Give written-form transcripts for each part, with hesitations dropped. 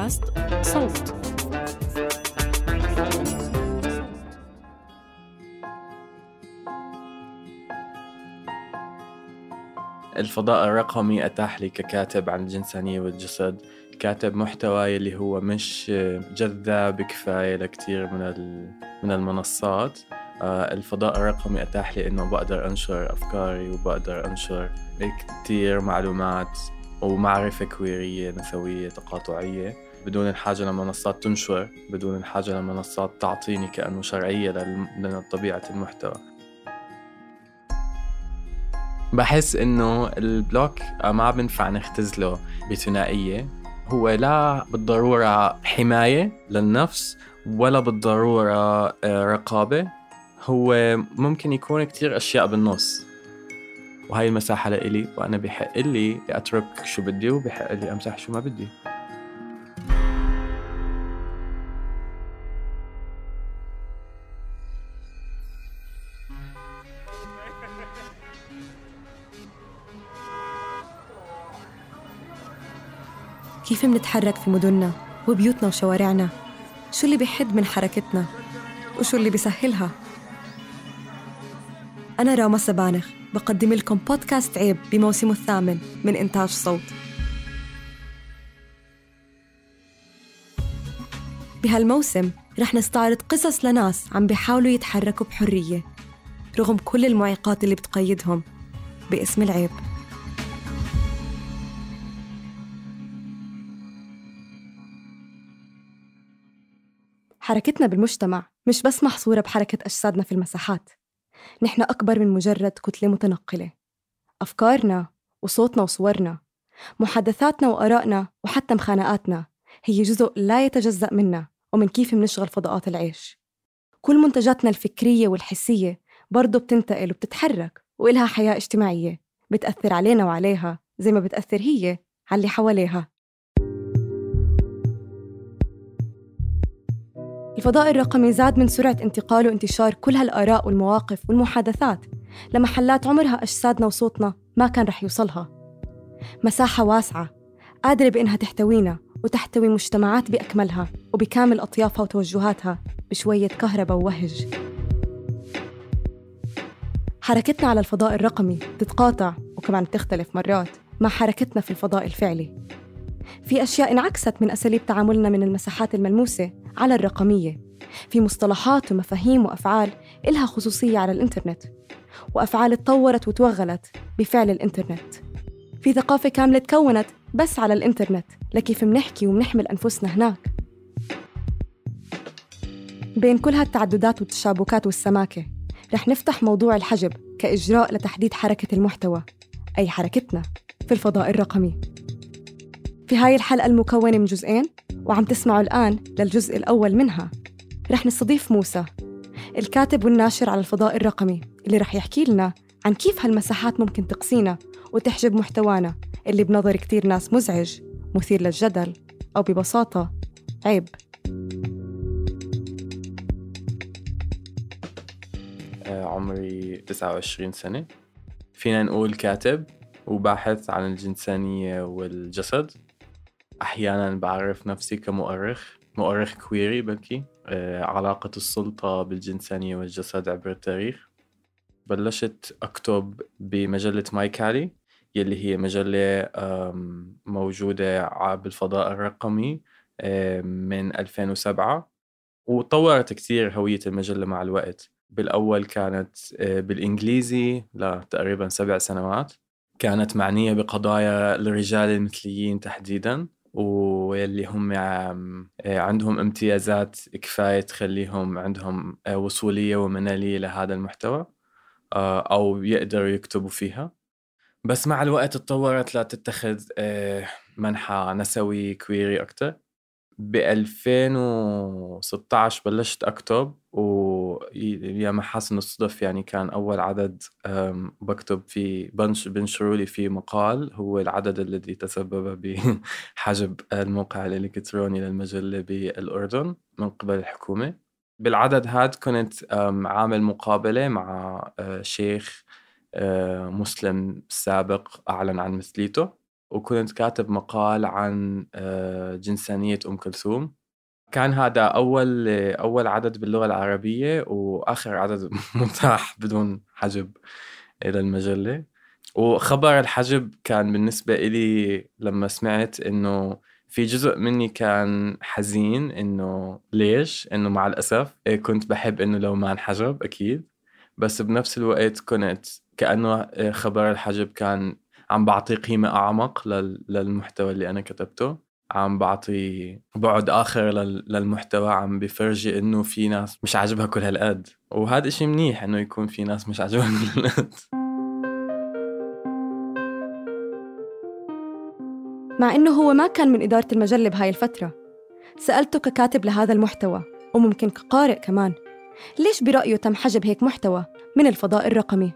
بودكاست صوت. الفضاء الرقمي أتاح لي ككاتب عن الجنسانية والجسد كاتب محتوى اللي هو مش جذاب كفاية لكتير من المنصات. الفضاء الرقمي أتاح لي إنه بقدر أنشر أفكاري وبقدر أنشر كتير معلومات ومعرفة كويرية نسوية تقاطعية بدون الحاجة لمنصات تنشر، بدون الحاجة لمنصات تعطيني كأنه شرعية لطبيعة المحتوى. بحس إنه البلوك ما بنفع نختزله بثنائية. هو لا بالضرورة حماية للنفس ولا بالضرورة رقابة، هو ممكن يكون كتير أشياء بالنص، وهاي المساحة لإلي وأنا بحق لي أترك شو بدي وبحق لي أمسح شو ما بدي. كيف منتحرك في مدننا وبيوتنا وشوارعنا؟ شو اللي بيحد من حركتنا؟ وشو اللي بيسهلها؟ أنا راما سبانخ بقدم لكم بودكاست عيب بموسمه الثامن من إنتاج صوت. بهالموسم رح نستعرض قصص لناس عم بيحاولوا يتحركوا بحرية رغم كل المعيقات اللي بتقيدهم باسم العيب. حركتنا بالمجتمع مش بس محصورة بحركة أجسادنا في المساحات، نحن أكبر من مجرد كتلة متنقلة. أفكارنا وصوتنا وصورنا، محادثاتنا وآرائنا وحتى مخانقاتنا هي جزء لا يتجزأ منا ومن كيف منشغل فضاءات العيش. كل منتجاتنا الفكرية والحسية برضو بتنتقل وبتتحرك وإلها حياة اجتماعية بتأثر علينا وعليها زي ما بتأثر هي على اللي حواليها. الفضاء الرقمي زاد من سرعة انتقال وانتشار كل هالآراء والمواقف والمحادثات لمحلات عمرها أجسادنا وصوتنا ما كان رح يوصلها. مساحة واسعة قادرة بإنها تحتوينا وتحتوي مجتمعات بأكملها وبكامل أطيافها وتوجهاتها بشوية كهرباء ووهج. حركتنا على الفضاء الرقمي تتقاطع وكمان بتختلف مرات مع حركتنا في الفضاء الفعلي. في أشياء انعكست من أساليب تعاملنا من المساحات الملموسة على الرقمية. في مصطلحات ومفاهيم وأفعال إلها خصوصية على الإنترنت، وأفعال اتطورت وتوغلت بفعل الإنترنت. في ثقافة كاملة تكونت بس على الإنترنت لكيف منحكي ومنحمل أنفسنا هناك. بين كل هالتعددات والتشابكات والسماكة رح نفتح موضوع الحجب كإجراء لتحديد حركة المحتوى، أي حركتنا في الفضاء الرقمي. في هاي الحلقة المكونة من جزئين وعم تسمعوا الآن للجزء الأول منها، رح نستضيف موسى الكاتب والناشر على الفضاء الرقمي اللي رح يحكي لنا عن كيف هالمساحات ممكن تقصينا وتحجب محتوانا اللي بنظر كتير ناس مزعج، مثير للجدل، أو ببساطة عيب. عمري 29 سنة، فينا نقول كاتب وباحث عن الجنسانية والجسد. أحياناً بعرف نفسي مؤرخ كويري بحكي علاقة السلطة بالجنسانية والجسد عبر التاريخ. بلشت أكتب بمجلة مايكالي يلي هي مجلة موجودة بالفضاء الرقمي من 2007، وطورت كتير هوية المجلة مع الوقت. بالأول كانت بالإنجليزي لتقريباً 7 سنوات، كانت معنية بقضايا الرجال المثليين تحديداً، واللي هم عندهم امتيازات كفاية تخليهم عندهم وصولية ومنالية لهذا المحتوى أو يقدروا يكتبوا فيها. بس مع الوقت اتطورت لتتخذ منحى نسوي كويري أكتر. ب2016 بلشت أكتب، ويا محاسن الصدف يعني كان أول عدد بكتب فيه بنشروا لي فيه مقال هو العدد الذي تسبب بحجب الموقع الإلكتروني للمجلة بالأردن من قبل الحكومة. بالعدد هاد كنت عامل مقابلة مع شيخ مسلم سابق أعلن عن مثليته، وكنت كاتب مقال عن جنسانية أم كلثوم. كان هذا أول عدد باللغة العربية وآخر عدد متاح بدون حجب إلى المجلة. وخبر الحجب كان بالنسبة إلي لما سمعت إنه في جزء مني كان حزين إنه ليش، إنه مع الأسف كنت بحب إنه لو ما انحجب أكيد، بس بنفس الوقت كنت كأنه خبر الحجب كان عم بعطي قيمة أعمق للمحتوى اللي أنا كتبته، عم بعطي بعد آخر للمحتوى، عم بفرجي إنه في ناس مش عاجبها كل هالقد، وهذا إشي منيح إنه يكون في ناس مش عاجبها كل هالقد. مع إنه هو ما كان من إدارة المجلة بهاي الفترة، سألته ككاتب لهذا المحتوى وممكن كقارئ كمان، ليش برأيه تم حجب هيك محتوى من الفضاء الرقمي؟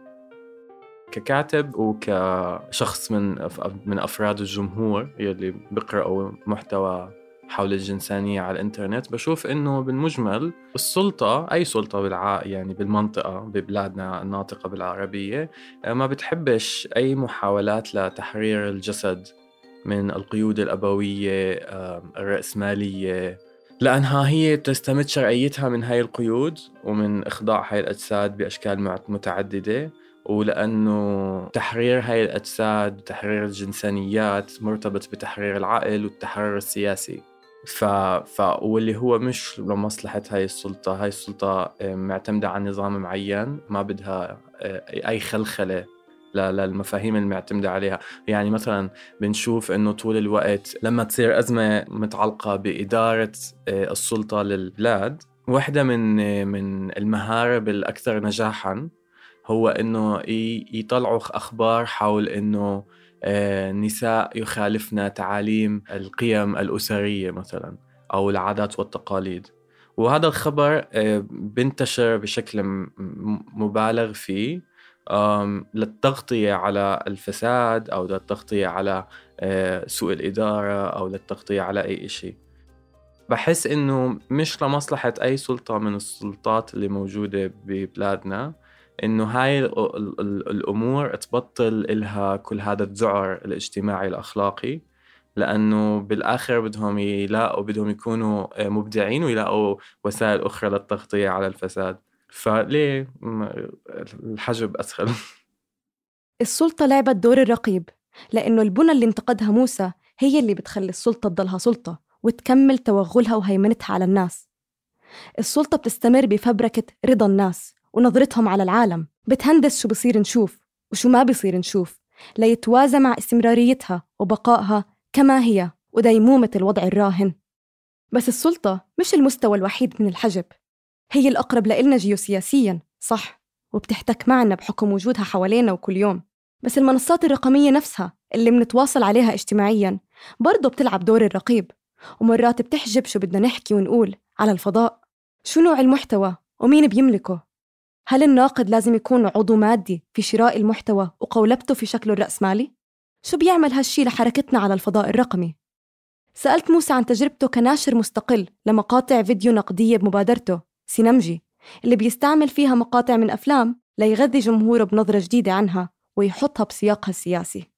ككاتب وكشخص من أفراد الجمهور يلي بيقرأوا محتوى حول الجنسانية على الإنترنت، بشوف إنه بالمجمل السلطة، أي سلطة يعني بالمنطقة ببلادنا الناطقة بالعربية، ما بتحبش أي محاولات لتحرير الجسد من القيود الأبوية الرأسمالية، لأنها هي بتستمد شرعيتها من هاي القيود ومن إخضاع هاي الأجساد بأشكال متعددة، ولأنه تحرير هاي الأجساد وتحرير الجنسانيات مرتبط بتحرير العقل والتحرر السياسي. واللي هو مش لمصلحة هاي السلطة معتمدة على نظام معين، ما بدها أي خلخلة للمفاهيم المعتمدة عليها. يعني مثلا بنشوف إنه طول الوقت لما تصير أزمة متعلقة بإدارة السلطة للبلاد، واحدة من المهارب الأكثر نجاحاً هو إنه يطلعوا أخبار حول إنه نساء يخالفن تعاليم القيم الأسرية مثلا أو العادات والتقاليد، وهذا الخبر بنتشر بشكل مبالغ فيه للتغطية على الفساد أو للتغطية على سوء الإدارة أو للتغطية على أي شيء. بحس إنه مش لمصلحة أي سلطة من السلطات اللي موجودة ببلادنا إنه هاي الأمور تبطل إلها كل هذا الذعر الاجتماعي الأخلاقي، لأنه بالآخر بدهم يكونوا مبدعين ويلاقوا وسائل أخرى للتغطية على الفساد. فليه الحجب أسهل؟ السلطة لعبت دور الرقيب، لأنه البنى اللي انتقدها موسى هي اللي بتخلي السلطة تضلها سلطة وتكمل توغلها وهيمنتها على الناس. السلطة بتستمر بفبركة رضا الناس ونظرتهم على العالم، بتهندس شو بصير نشوف وشو ما بصير نشوف ليتوازى مع استمراريتها وبقائها كما هي وديمومة الوضع الراهن. بس السلطة مش المستوى الوحيد من الحجب، هي الأقرب لإلنا جيوسياسياً صح، وبتحتك معنا بحكم وجودها حوالينا وكل يوم. بس المنصات الرقمية نفسها اللي منتواصل عليها اجتماعياً برضو بتلعب دور الرقيب، ومرات بتحجب شو بدنا نحكي ونقول على الفضاء. شو نوع المحتوى ومين بيملكه؟ هل الناقد لازم يكون عضو مادي في شراء المحتوى وقولبته في شكله الرأسمالي؟ شو بيعمل هالشي لحركتنا على الفضاء الرقمي؟ سألت موسى عن تجربته كناشر مستقل لمقاطع فيديو نقدية بمبادرته سينمجي، اللي بيستعمل فيها مقاطع من أفلام ليغذي جمهوره بنظرة جديدة عنها ويحطها بسياقها السياسي.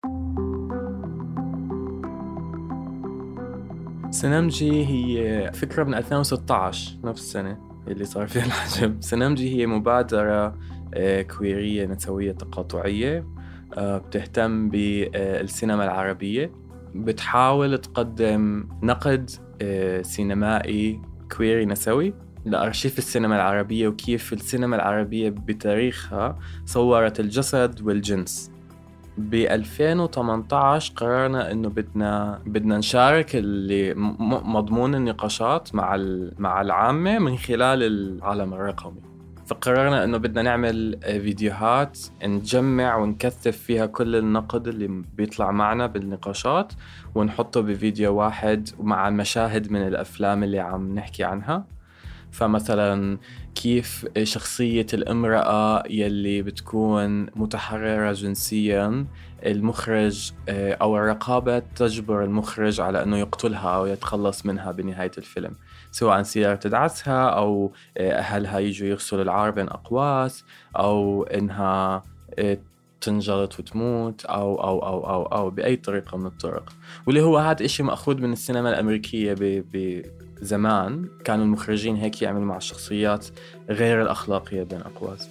سينمجي هي فكرة من 2016، نفس السنة اللي صار فيها الحجب. سينمجي هي مبادرة كويرية نسوية تقاطعية بتهتم بالسينما العربية، بتحاول تقدم نقد سينمائي كويري نسوي لأرشيف السينما العربية وكيف السينما العربية بتاريخها صورت الجسد والجنس. ب 2018 قررنا إنه بدنا نشارك اللي مضمون النقاشات مع العامة من خلال العالم الرقمي. فقررنا إنه بدنا نعمل فيديوهات نجمع ونكثف فيها كل النقد اللي بيطلع معنا بالنقاشات ونحطه بفيديو واحد مع مشاهد من الأفلام اللي عم نحكي عنها. فمثلا كيف شخصية الامرأة يلي بتكون متحررة جنسيا المخرج أو الرقابة تجبر المخرج على أنه يقتلها أو يتخلص منها بنهاية الفيلم، سواء سيارة تدعسها أو أهلها يجوا يغسلوا العار بين أقواس أو إنها تنجلط وتموت أو بأي طريقة من الطرق. واللي هو هذا إشي مأخوذ من السينما الأمريكية. بزمان كانوا المخرجين هيك يعملوا مع الشخصيات غير الأخلاقية بين أقواس.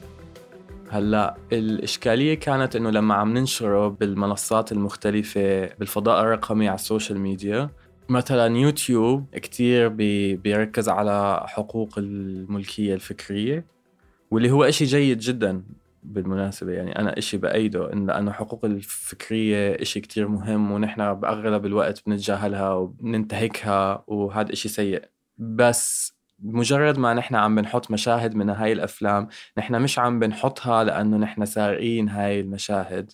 هلأ الإشكالية كانت إنه لما عم ننشره بالمنصات المختلفة بالفضاء الرقمي على السوشيال ميديا، مثلا يوتيوب كتير بيركز على حقوق الملكية الفكرية، واللي هو إشي جيد جدا بالمناسبة. يعني أنا إشي بأيده، لأنه حقوق الفكرية إشي كتير مهم، ونحن بأغلب الوقت بنتجاهلها وبننتهكها، وهذا إشي سيء. بس مجرد ما نحن عم بنحط مشاهد من هاي الأفلام، نحن مش عم بنحطها لأنه نحن سارقين هاي المشاهد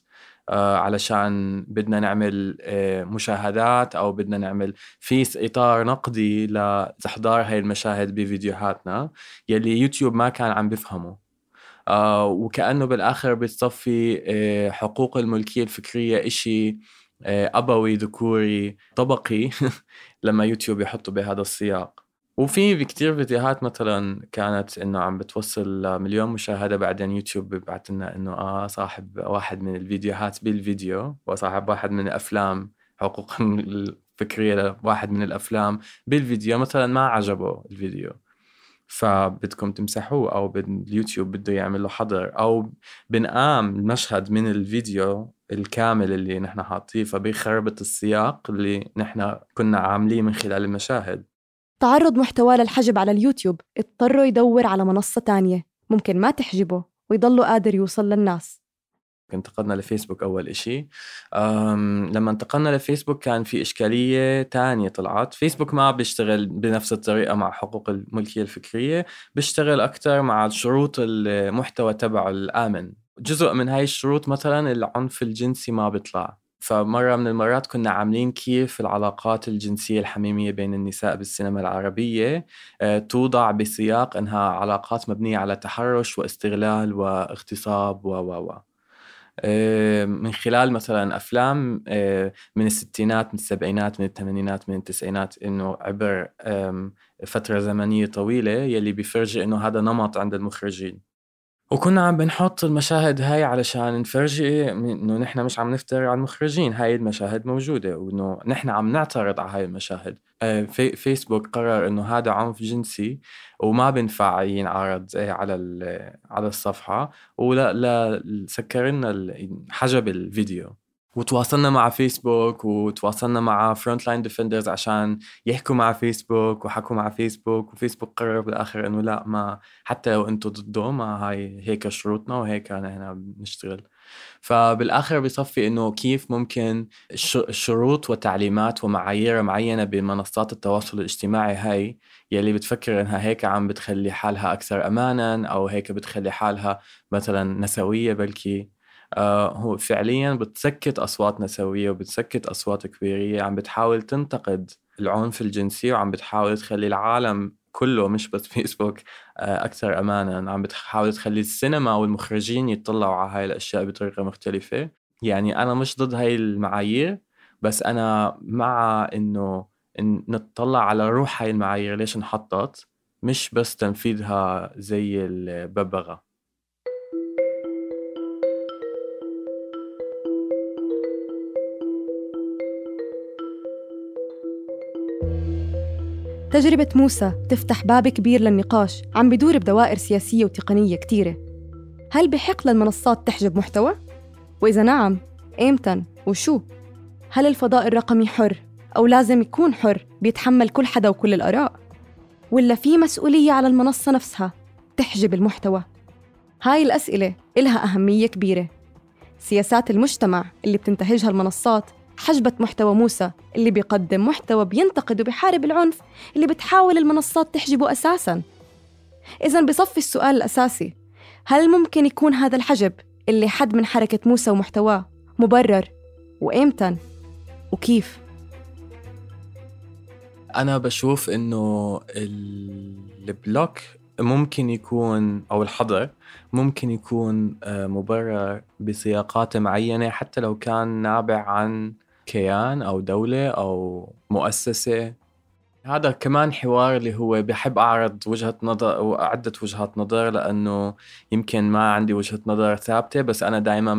علشان بدنا نعمل مشاهدات، أو بدنا نعمل في إطار نقدي لإحضار هاي المشاهد بفيديوهاتنا يلي يوتيوب ما كان عم بفهمه. وكأنه بالآخر بتصفي حقوق الملكية الفكرية إشي أبوي ذكوري طبقي لما يوتيوب يحطه بهذا السياق. وفي كتير فيديوهات مثلا كانت إنه عم بتوصل لمليون مشاهدة، بعدين يوتيوب بيبعت لنا إنه صاحب واحد من الفيديوهات بالفيديو، وصاحب واحد من الأفلام حقوق الفكرية لواحد من الأفلام بالفيديو مثلا ما عجبه الفيديو، فبدكم تمسحوه، أو اليوتيوب بده يعمل له حظر، أو بنقام المشهد من الفيديو الكامل اللي نحن حاطيه، فبيخربط السياق اللي نحن كنا عامليه من خلال المشاهد. تعرض محتوى للحجب على اليوتيوب اضطروا يدور على منصة تانية ممكن ما تحجبه ويضلوا قادر يوصل للناس. انتقلنا لفيسبوك أول إشي. لما انتقلنا لفيسبوك كان في إشكالية تانية طلعت. فيسبوك ما بيشتغل بنفس الطريقة مع حقوق الملكية الفكرية، بيشتغل أكتر مع شروط المحتوى تبعه الآمن. جزء من هاي الشروط مثلا العنف الجنسي ما بيطلع. فمرة من المرات كنا عاملين كيف العلاقات الجنسية الحميمية بين النساء بالسينما العربية توضع بسياق أنها علاقات مبنية على تحرش واستغلال واغتصاب من خلال مثلا أفلام من الستينات، من السبعينات، من الثمانينات، من التسعينات، إنه عبر فترة زمنية طويلة يلي بيفرجي إنه هذا نمط عند المخرجين. وكنا عم بنحط المشاهد هاي علشان نفرجي إنه نحن مش عم نفتري على المخرجين، هاي المشاهد موجودة، وإنه نحن عم نعترض على هاي المشاهد. فيسبوك قرر إنه هذا عنف جنسي وما بنفع ينعرض على الصفحة، ولا سكر لنا حجب الفيديو. وتواصلنا مع فيسبوك، وتواصلنا مع فرونت لاين ديفندرز عشان يحكوا مع فيسبوك، وحكوا مع فيسبوك، وفيسبوك قرر بالآخر إنه لا، ما حتى لو أنتوا ضده، ما هاي هيك شروطنا وهيك نحن بنشتغل. فبالآخر بيصفي إنه كيف ممكن شروط وتعليمات ومعايير معينة بمنصات التواصل الاجتماعي هاي يلي بتفكر إنها هيك عم بتخلي حالها أكثر أماناً، أو هيك بتخلي حالها مثلاً نسوية، بلكي هو فعلياً بتسكت أصوات نسوية وبتسكت أصوات كبيرية عم بتحاول تنتقد العنف الجنسي، وعم بتحاول تخلي العالم كله مش بس فيسبوك أكثر أماناً. عم بتحاول تخلي السينما والمخرجين يتطلعوا على هاي الأشياء بطريقة مختلفة. يعني أنا مش ضد هاي المعايير، بس أنا مع إنه نتطلع على روح هاي المعايير ليش انحطت، مش بس تنفيذها زي الببغاء. تجربة موسى تفتح باب كبير للنقاش عم بدور بدوائر سياسية وتقنية كتيرة. هل بحق للمنصات تحجب محتوى؟ وإذا نعم، إمتى وشو؟ هل الفضاء الرقمي حر أو لازم يكون حر بيتحمل كل حدا وكل الآراء؟ ولا في مسؤولية على المنصة نفسها تحجب المحتوى؟ هاي الأسئلة إلها أهمية كبيرة. سياسات المجتمع اللي بتنتهجها المنصات حجبت محتوى موسى اللي بيقدم محتوى بينتقد وبيحارب العنف اللي بتحاول المنصات تحجبه أساساً. إذن بصفي السؤال الأساسي: هل ممكن يكون هذا الحجب اللي حد من حركة موسى ومحتواه مبرر؟ وإمتى؟ وكيف؟ أنا بشوف إنه البلوك ممكن يكون، أو الحظر ممكن يكون مبرر بسياقات معينة، حتى لو كان نابع عن كيان أو دولة أو مؤسسة. هذا كمان حوار اللي هو بحب أعرض وجهة نظر وعدة وجهات نظر، لأنه يمكن ما عندي وجهة نظر ثابتة، بس أنا دائما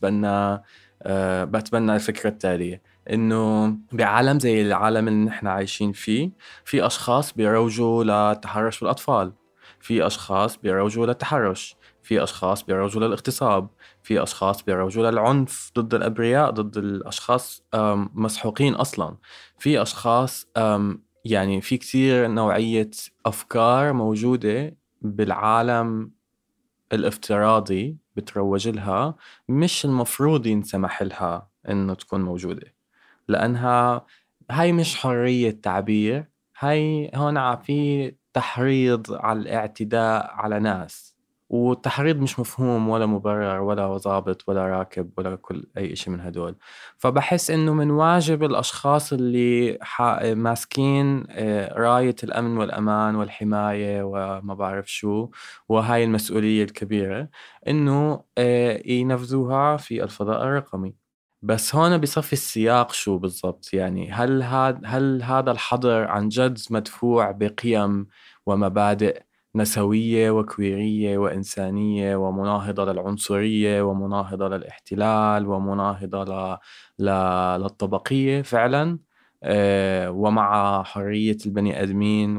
بتبنى الفكرة التالية، إنه بعالم زي العالم اللي نحن عايشين فيه، في أشخاص بيروجوا للتحرش بالأطفال، في أشخاص بيروجوا للتحرش، في أشخاص بيروجوا للاغتصاب، في أشخاص بيروجوا للعنف ضد الأبرياء، ضد الأشخاص مسحوقين أصلا، في أشخاص يعني في كتير نوعية أفكار موجودة بالعالم الافتراضي بتروج لها، مش المفروض ينسمح لها إنه تكون موجودة، لأنها هاي مش حرية تعبير، هاي هون في تحريض على الاعتداء على ناس، والتحريض مش مفهوم ولا مبرر ولا ضابط ولا راكب ولا كل أي إشي من هدول. فبحس إنه من واجب الأشخاص اللي ماسكين راية الأمن والأمان والحماية وما بعرف شو، وهاي المسؤولية الكبيرة، إنه ينفذوها في الفضاء الرقمي. بس هون بصفي السياق شو بالضبط؟ يعني هل هذا الحظر عن جد مدفوع بقيم ومبادئ نسوية وكويرية وإنسانية ومناهضة للعنصرية ومناهضة للاحتلال ومناهضة ل... للطبقية فعلا، ومع حرية البني آدمين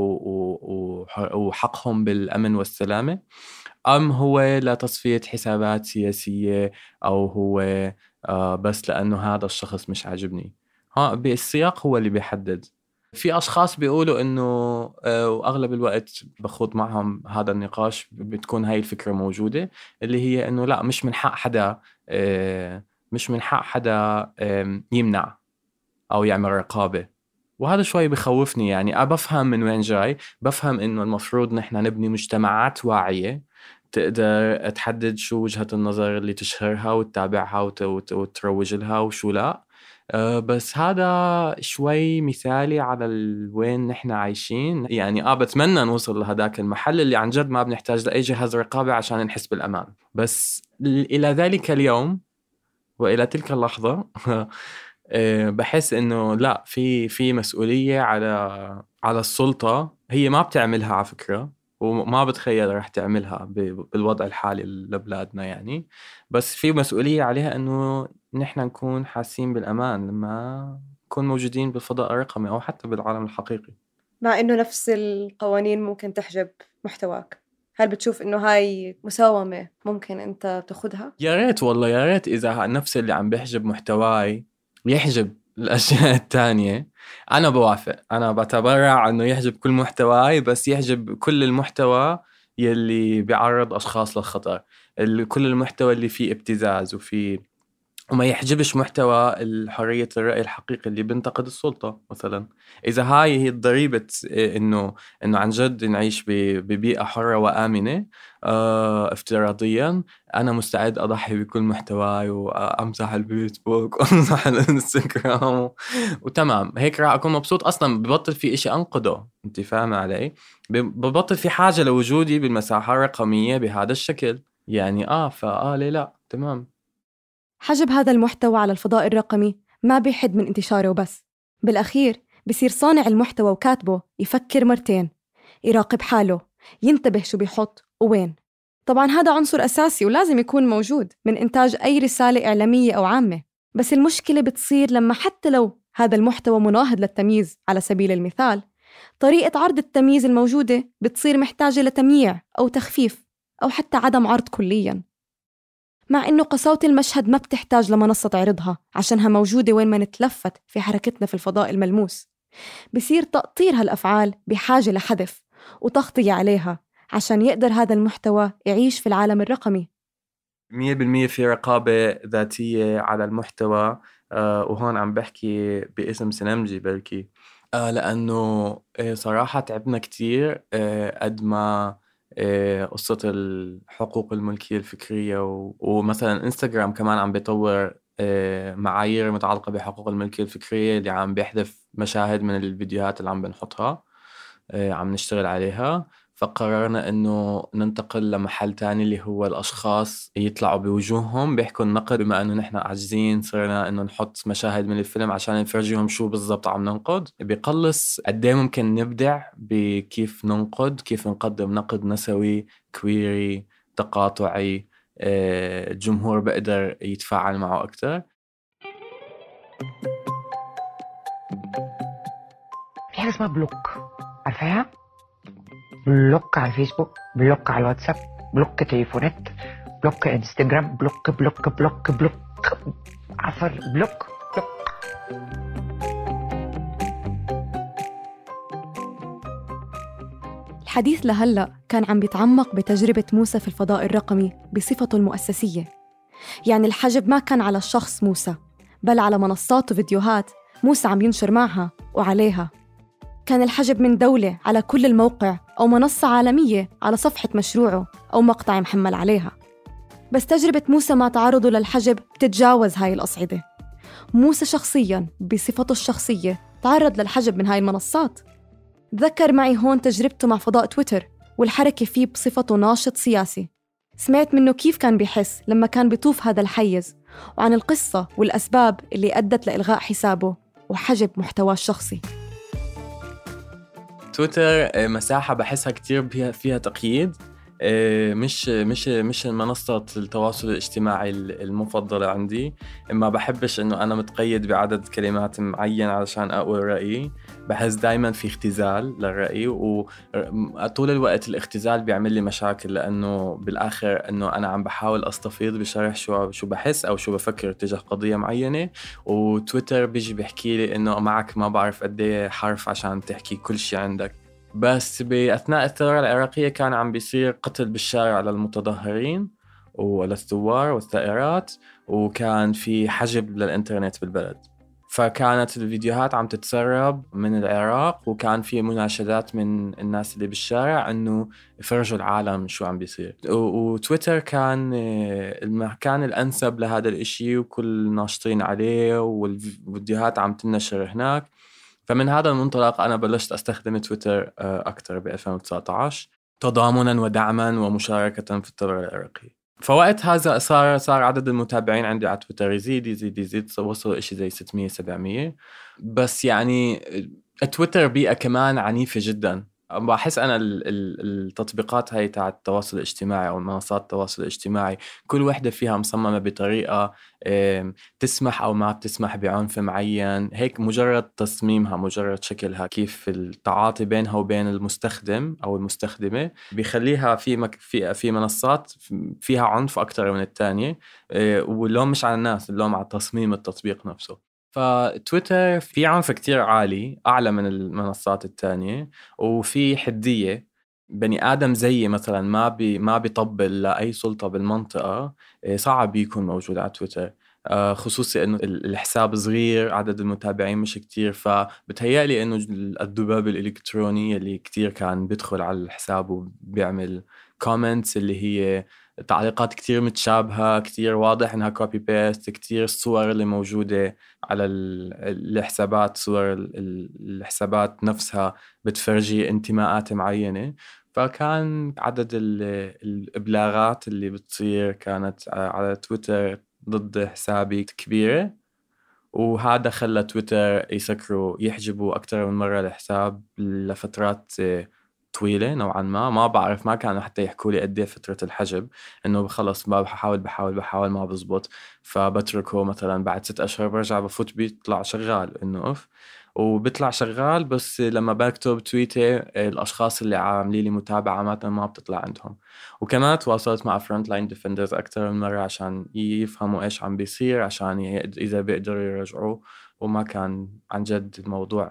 وحقهم بالأمن والسلامة، أم هو لتصفية حسابات سياسية، أو هو بس لأنه هذا الشخص مش عاجبني؟ ها بالسياق هو اللي بيحدد. في أشخاص بيقولوا إنه وأغلب الوقت بخوض معهم هذا النقاش بتكون هاي الفكرة موجودة، اللي هي إنه لا، مش من حق حدا مش من حق حدا يمنع أو يعمل رقابة. وهذا شوي بخوفني، يعني بفهم من وين جاي، بفهم إنه المفروض نحن نبني مجتمعات واعية تقدر تحدد شو وجهة النظر اللي تشهرها وتتابعها وتروج لها وشو لا. بس هذا شوي مثالي على وين نحن عايشين، يعني بتمنى نوصل لهداك المحل اللي عن جد ما بنحتاج لأي جهاز رقابة عشان نحس بالأمان. بس إلى ذلك اليوم وإلى تلك اللحظة بحس إنه لا، في مسؤولية على السلطة، هي ما بتعملها على فكرة، وما بتخيل رح تعملها بالوضع الحالي لبلادنا يعني. بس في مسؤولية عليها إنه نحن نكون حاسين بالأمان لما نكون موجودين بالفضاء الرقمي أو حتى بالعالم الحقيقي. مع إنه نفس القوانين ممكن تحجب محتواك، هل بتشوف إنه هاي مساومة ممكن أنت تاخدها؟ يا ريت والله، يا ريت إذا نفس اللي عم بيحجب محتواي يحجب الأشياء التانية، أنا بوافق، أنا بتبرع إنه يحجب كل محتواي، بس يحجب كل المحتوى يلي بيعرض أشخاص للخطر، كل المحتوى اللي فيه ابتزاز وما يحجبش محتوى حرية الرأي الحقيقي اللي بنتقد السلطة مثلا. إذا هاي هي الضريبة، إنه عن جد نعيش ببيئة حرة وآمنة افتراضيا، أنا مستعد أضحي بكل محتواي وأمسح الفيسبوك وأمسح الانستغرام وتمام هيك راح أكون مبسوط. أصلا ببطل في إشي أنقده، أنت فاهمة علي؟ ببطل في حاجة لوجودي بالمساحة الرقمية بهذا الشكل يعني. ليه لا؟ تمام. حجب هذا المحتوى على الفضاء الرقمي ما بيحد من انتشاره وبس، بالأخير بصير صانع المحتوى وكاتبه يفكر مرتين، يراقب حاله، ينتبه شو بيحط ووين. طبعاً هذا عنصر أساسي ولازم يكون موجود من إنتاج أي رسالة إعلامية أو عامة. بس المشكلة بتصير لما حتى لو هذا المحتوى مناهض للتمييز على سبيل المثال، طريقة عرض التمييز الموجودة بتصير محتاجة لتمييع أو تخفيف أو حتى عدم عرض كلياً. مع إنه قساوة المشهد ما بتحتاج لمنصة تعرضها عشانها موجودة وين ما نتلفت في حركتنا في الفضاء الملموس، بصير تقطير هالأفعال بحاجة لحذف وتغطية عليها عشان يقدر هذا المحتوى يعيش في العالم الرقمي. 100% في رقابة ذاتية على المحتوى. وهون عم بحكي باسم سنمجي بركي، لأنه صراحة تعبنا كتير قد ما قصة الحقوق الملكية الفكرية ومثلا إنستغرام كمان عم بيطور معايير متعلقة بحقوق الملكية الفكرية اللي عم بيحذف مشاهد من الفيديوهات اللي عم بنحطها، عم نشتغل عليها. فقررنا إنه ننتقل لمحل تاني اللي هو الأشخاص يطلعوا بوجوههم بيحكوا النقد. بما إنه نحن عاجزين صرنا إنه نحط مشاهد من الفيلم عشان نفرجيهم شو بالضبط عم ننقد. بيقلص قديه ممكن نبدع بكيف ننقد، كيف نقدم نقد نسوي كويري تقاطعي، الجمهور بقدر يتفاعل معه أكتر. في حاجة اسمها بلوك، عارفاها؟ بلوك على الفيسبوك، بلوك على الواتساب، بلوك تليفونات، بلوك انستجرام، بلوك بلوك بلوك بلوك، عفر بلوك بلوك. الحديث لهلأ كان عم بيتعمق بتجربة موسى في الفضاء الرقمي بصفته المؤسسية. يعني الحجب ما كان على الشخص موسى، بل على منصات وفيديوهات موسى عم ينشر معها وعليها. كان الحجب من دولة على كل الموقع، أو منصة عالمية على صفحة مشروعه أو مقطع محمل عليها. بس تجربة موسى مع تعرضه للحجب بتتجاوز هاي الأصعدة. موسى شخصياً بصفته الشخصية تعرض للحجب من هاي المنصات. ذكر معي هون تجربته مع فضاء تويتر والحركة فيه بصفته ناشط سياسي. سمعت منه كيف كان بيحس لما كان بيطوف هذا الحيز، وعن القصة والأسباب اللي أدت لإلغاء حسابه وحجب محتواه الشخصي. تويتر مساحة بحسها كتير فيها تقييد، مش منصة التواصل الاجتماعي المفضلة عندي. ما بحبش إنه أنا متقيد بعدد كلمات معين علشان أقول رأيي. بحس دايما في اختزال للرأي، وطول الوقت الاختزال بيعمل لي مشاكل، لأنه بالآخر إنه أنا عم بحاول أستفيض بشرح شو بحس أو شو بفكر تجاه قضية معينة، وتويتر بيجي بيحكي لي إنه معك ما بعرف قديه حرف عشان تحكي كل شي عندك. بس بأثناء الثورة العراقية كان عم بيصير قتل بالشارع للمتظاهرين وللثوار والثائرات، وكان في حجب للإنترنت بالبلد. فكانت الفيديوهات عم تتسرب من العراق، وكان في مناشدات من الناس اللي بالشارع إنه يفرجوا العالم شو عم بيصير. وتويتر كان المكان الأنسب لهذا الإشي، وكل ناشطين عليه والفيديوهات عم تنشر هناك. فمن هذا المنطلق أنا بلشت أستخدم تويتر أكثر ب 2019 تضامناً ودعماً ومشاركة في الثورة العراقية. فوقت هذا صار عدد المتابعين عندي على تويتر يزيد وصلوا إشي زي 600-700. بس يعني تويتر بيئة كمان عنيفة جداً. بحس أنا التطبيقات هاي تاع التواصل الاجتماعي أو منصات التواصل الاجتماعي كل واحدة فيها مصممة بطريقة تسمح أو ما بتسمح بعنف معين. هيك مجرد تصميمها، مجرد شكلها، كيف التعاطي بينها وبين المستخدم أو المستخدمة بيخليها في منصات فيها عنف أكتر من التانية. واللوم مش على الناس، اللوم على تصميم التطبيق نفسه. فتويتر في عنف كتير عالي، أعلى من المنصات التانية، وفي حدية. بني آدم زي مثلا ما بيطبل لأي سلطة بالمنطقة، صعب يكون موجود على تويتر، خصوصي إنه الحساب صغير، عدد المتابعين مش كتير. فبتهيألي إنه الذباب الإلكتروني اللي كتير كان بيدخل على الحساب وبيعمل كومنتس اللي هي تعليقات كتير متشابهة، كتير واضح إنها كوبي بيست، كتير الصور اللي موجودة على الحسابات، صور الحسابات نفسها بتفرجي انتماءات معينة. فكان عدد الإبلاغات اللي بتصير كانت على تويتر ضد حسابي كبيرة، وهذا خلى تويتر يسكروا يحجبوا أكثر من مرة الحساب لفترات طويلة نوعا ما بعرف، ما كانوا حتى يحكوا لي قد ايه فترة الحجب، انه خلص ما بحاول ما بزبط، فبتركه مثلا بعد 6 أشهر برجع بفوت بيطلع شغال انه وبيطلع شغال. بس لما بكتب تويتة الاشخاص اللي عاملين لي متابعة ما بتطلع عندهم. وكمان تواصلت مع فرونت لاين ديفندرز اكثر من مرة عشان يفهموا ايش عم بيصير، عشان اذا بيقدروا يرجعوا. وما كان عن جد الموضوع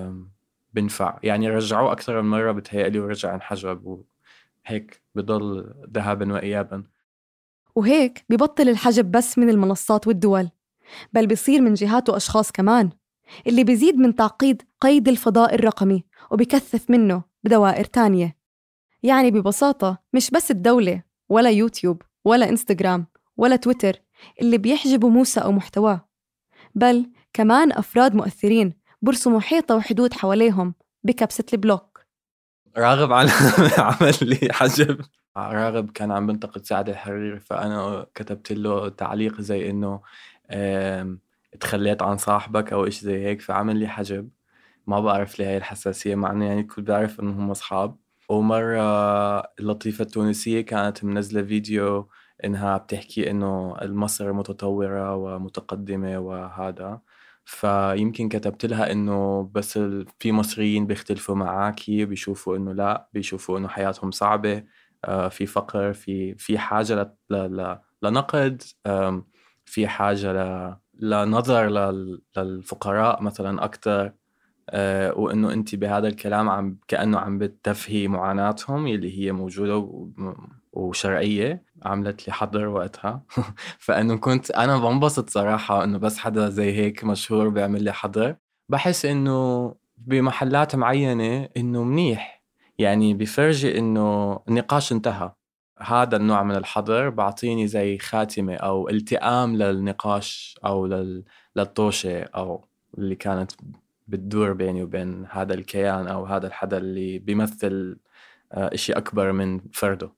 بنفع، يعني رجعوه أكثر من مرة بتهيألي ورجع انحجب، وهيك بضل ذهابا وإيابا. وهيك ببطل الحجب بس من المنصات والدول، بل بيصير من جهات وأشخاص كمان، اللي بيزيد من تعقيد قيد الفضاء الرقمي وبيكثف منه بدوائر تانية. يعني ببساطة مش بس الدولة ولا يوتيوب ولا إنستغرام ولا تويتر اللي بيحجبوا موسى أو محتواه، بل كمان أفراد مؤثرين برسموا حيطة وحدود حواليهم بكبسة البلوك. راغب عمل لي حجب. راغب كان عم بنتقد سعد الحريري، فأنا كتبت له تعليق زي إنه تخليت عن صاحبك أو إيش زي هيك، فعمل لي حجب. ما بعرف ليه هاي الحساسية، مع إنه يعني الكل بيعرف إنهم أصحاب. ومرة اللطيفة التونسية كانت منزلة فيديو إنها بتحكي إنه مصر متطورة ومتقدمة وهذا، فيمكن كتبت لها إنه بس في مصريين بيختلفوا معاكي، بيشوفوا إنه لا، بيشوفوا إنه حياتهم صعبة، في فقر، في حاجة لنقد، في حاجة لنظر للفقراء مثلا أكتر، وإنه أنت بهذا الكلام كأنه عم بتفهي معاناتهم يلي هي موجودة وشرعية. عملت لي حظر وقتها. فإنه كنت أنا بنبسط صراحة إنه بس حدا زي هيك مشهور بيعمل لي حظر. بحس إنه بمحلات معينة إنه منيح، يعني بفرجي إنه النقاش انتهى. هذا النوع من الحظر بعطيني زي خاتمة أو التئام للنقاش أو للطوشة أو اللي كانت بتدور بيني وبين هذا الكيان أو هذا الحدا اللي بيمثل إشي أكبر من فرده.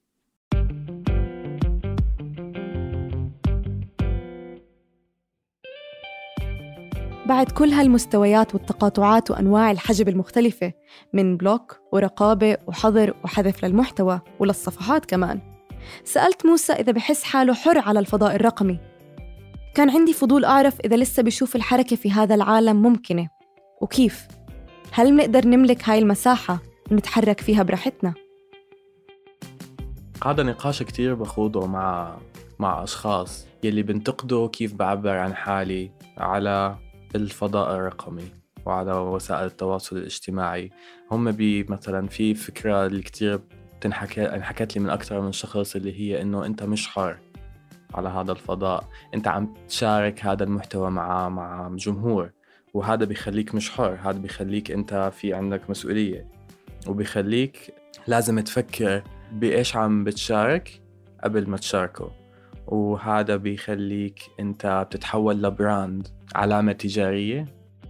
بعد كل هالمستويات والتقاطعات وأنواع الحجب المختلفة، من بلوك ورقابة وحظر وحذف للمحتوى وللصفحات كمان، سألت موسى إذا بحس حاله حر على الفضاء الرقمي. كان عندي فضول أعرف إذا لسه بيشوف الحركة في هذا العالم ممكنة، وكيف؟ هل منقدر نملك هاي المساحة ونتحرك فيها براحتنا؟ هذا نقاش كتير بخوضه مع أشخاص يلي بنتقدوا كيف بعبر عن حالي على الفضاء الرقمي وعلى وسائل التواصل الاجتماعي. هم مثلا في فكرة اللي كتير انحكت لي من أكثر من شخص، اللي هي إنه أنت مش حر على هذا الفضاء، أنت عم تشارك هذا المحتوى مع جمهور، وهذا بيخليك مش حر، هذا بيخليك أنت في عندك مسؤولية، وبيخليك لازم تفكر بإيش عم بتشارك قبل ما تشاركه، وهذا بيخليك أنت بتتحول لبراند، علامة تجارية.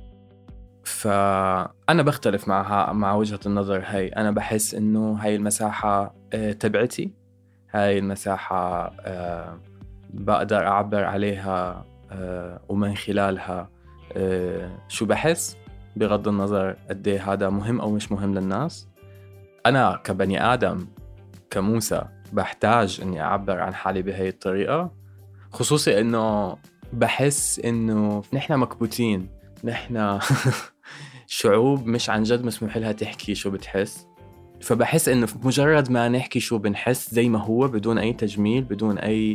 فأنا بختلف مع وجهة النظر هاي. أنا بحس إنه هاي المساحة تبعتي، هاي المساحة بقدر أعبر عليها ومن خلالها شو بحس، بغض النظر قديه هذا مهم أو مش مهم للناس. أنا كبني آدم كموسى بحتاج إني أعبر عن حالي بهاي الطريقة، خصوصي إنه بحس إنه نحن مكبوتين، نحن شعوب مش عن جد مسموح لها تحكي شو بتحس. فبحس إنه مجرد ما نحكي شو بنحس زي ما هو، بدون أي تجميل، بدون أي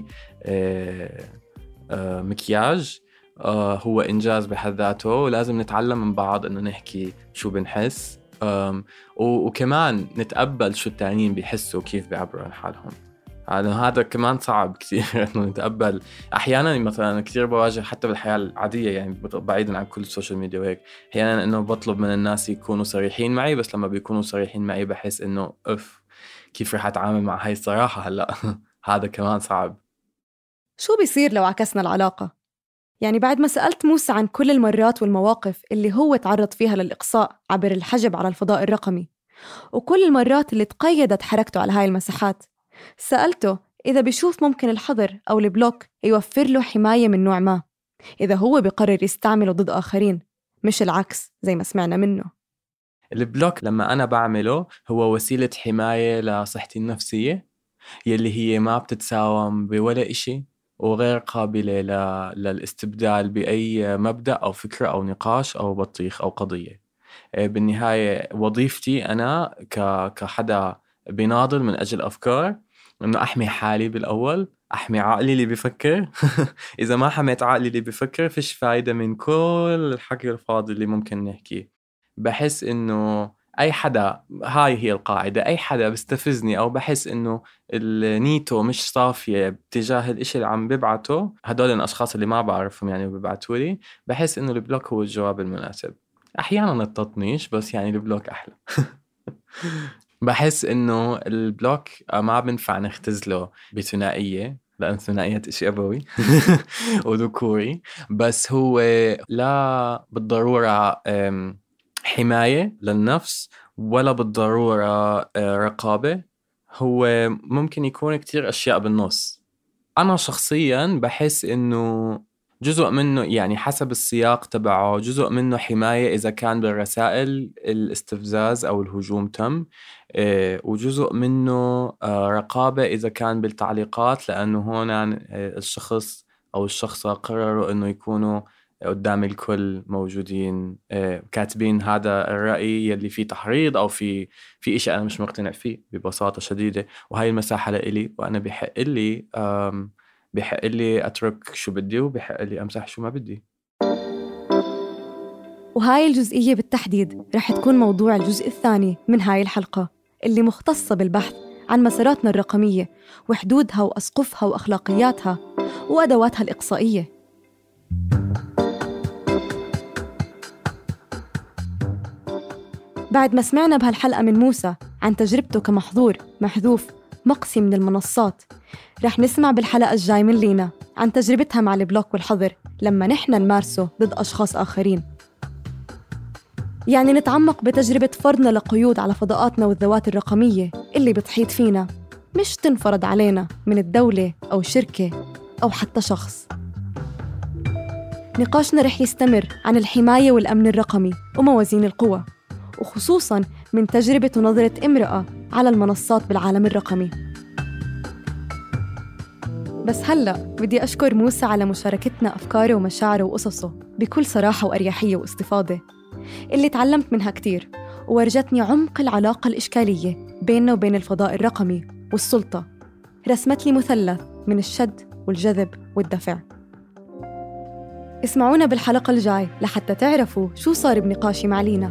مكياج، هو إنجاز بحد ذاته، ولازم نتعلم من بعض إنه نحكي شو بنحس، وكمان نتقبل شو التانيين بيحسوا كيف بيعبروا عن حالهم. هذا كمان صعب كتير إنه نتقبل. أحياناً مثلاً كتير بواجه حتى بالحياة العادية، يعني بعيداً عن كل السوشيال ميديا وهيك، أحياناً إنه بطلب من الناس يكونوا صريحين معي، بس لما بيكونوا صريحين معي بحس إنه كيف رح أتعامل مع هاي الصراحة هلأ. هذا كمان صعب. شو بيصير لو عكسنا العلاقة؟ يعني بعد ما سألت موسى عن كل المرات والمواقف اللي هو تعرض فيها للإقصاء عبر الحجب على الفضاء الرقمي، وكل المرات اللي تقيدت حركته على هاي المساحات، سألته إذا بيشوف ممكن الحظر أو البلوك يوفر له حماية من نوع ما، إذا هو بيقرر يستعمله ضد آخرين، مش العكس زي ما سمعنا منه. البلوك لما أنا بعمله هو وسيلة حماية لصحتي النفسية، يلي هي ما بتتساوم بولا إشي، وغير قابلة للاستبدال بأي مبدأ أو فكرة أو نقاش أو بطيخ أو قضية. بالنهاية وظيفتي أنا كحدا بيناضل من أجل أفكار، إنه أحمي حالي بالأول، أحمي عقلي اللي بيفكر. إذا ما حميت عقلي اللي بيفكر فيش فايدة من كل الحكي الفاضي اللي ممكن نحكيه. بحس إنه أي حدا، هاي هي القاعدة، أي حدا بيستفزني أو بحس إنه النيته مش صافية بتجاه الإشي اللي عم ببعته، هدول الأشخاص اللي ما بعرفهم يعني ببعتوا لي، بحس إنه البلوك هو الجواب المناسب. أحياناً التطنيش، بس يعني البلوك أحلى. بحس إنه البلوك ما بنفع نختزله بثنائية، لأن ثنائية إشي أبوي وذكوري، بس هو لا بالضرورة حماية للنفس ولا بالضرورة رقابة، هو ممكن يكون كتير أشياء بالنص. أنا شخصياً بحس إنه جزء منه يعني حسب السياق تبعه، جزء منه حماية إذا كان بالرسائل الاستفزاز أو الهجوم تم، وجزء منه رقابة إذا كان بالتعليقات، لأنه هون الشخص أو الشخصة قرروا إنه يكونوا قدام الكل موجودين كاتبين هذا الرأي يلي فيه تحريض أو في إشي أنا مش مقتنع فيه ببساطة شديدة، وهاي المساحة لإلي، وأنا بحق لي أترك شو بدي وبحق لي أمسح شو ما بدي. وهاي الجزئية بالتحديد رح تكون موضوع الجزء الثاني من هاي الحلقة اللي مختصة بالبحث عن مساراتنا الرقمية وحدودها وأسقفها وأخلاقياتها وأدواتها الإقصائية. بعد ما سمعنا بهالحلقة من موسى عن تجربته كمحظور محذوف مقصي من المنصات، رح نسمع بالحلقة الجاي من لينا عن تجربتها مع البلوك والحظر لما نحن نمارسه ضد أشخاص آخرين. يعني نتعمق بتجربة فرضنا لقيود على فضاءاتنا والذوات الرقمية اللي بتحيط فينا، مش تنفرض علينا من الدولة أو شركة أو حتى شخص. نقاشنا رح يستمر عن الحماية والأمن الرقمي وموازين القوى، وخصوصاً من تجربة ونظرة امرأة على المنصات بالعالم الرقمي. بس هلأ بدي أشكر موسى على مشاركتنا أفكاره ومشاعره وقصصه بكل صراحة وأريحية واستفاضة، اللي تعلمت منها كتير وورجتني عمق العلاقة الإشكالية بيننا وبين الفضاء الرقمي والسلطة. رسمت لي مثلث من الشد والجذب والدفع. اسمعونا بالحلقة الجاي لحتى تعرفوا شو صار بنقاشي مع لينا.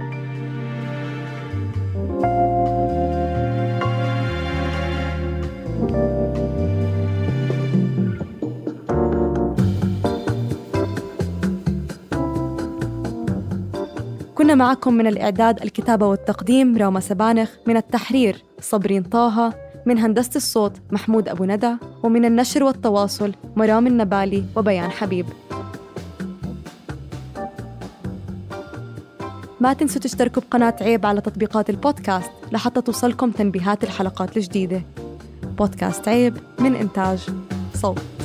كنا معكم من الإعداد، الكتابة والتقديم راما سبانخ، من التحرير صبرين طه، من هندسة الصوت محمود أبو ندى، ومن النشر والتواصل مرام النبالي وبيان حبيب. ما تنسوا تشتركوا بقناة عيب على تطبيقات البودكاست لحتى توصلكم تنبيهات الحلقات الجديدة. بودكاست عيب من إنتاج صوت.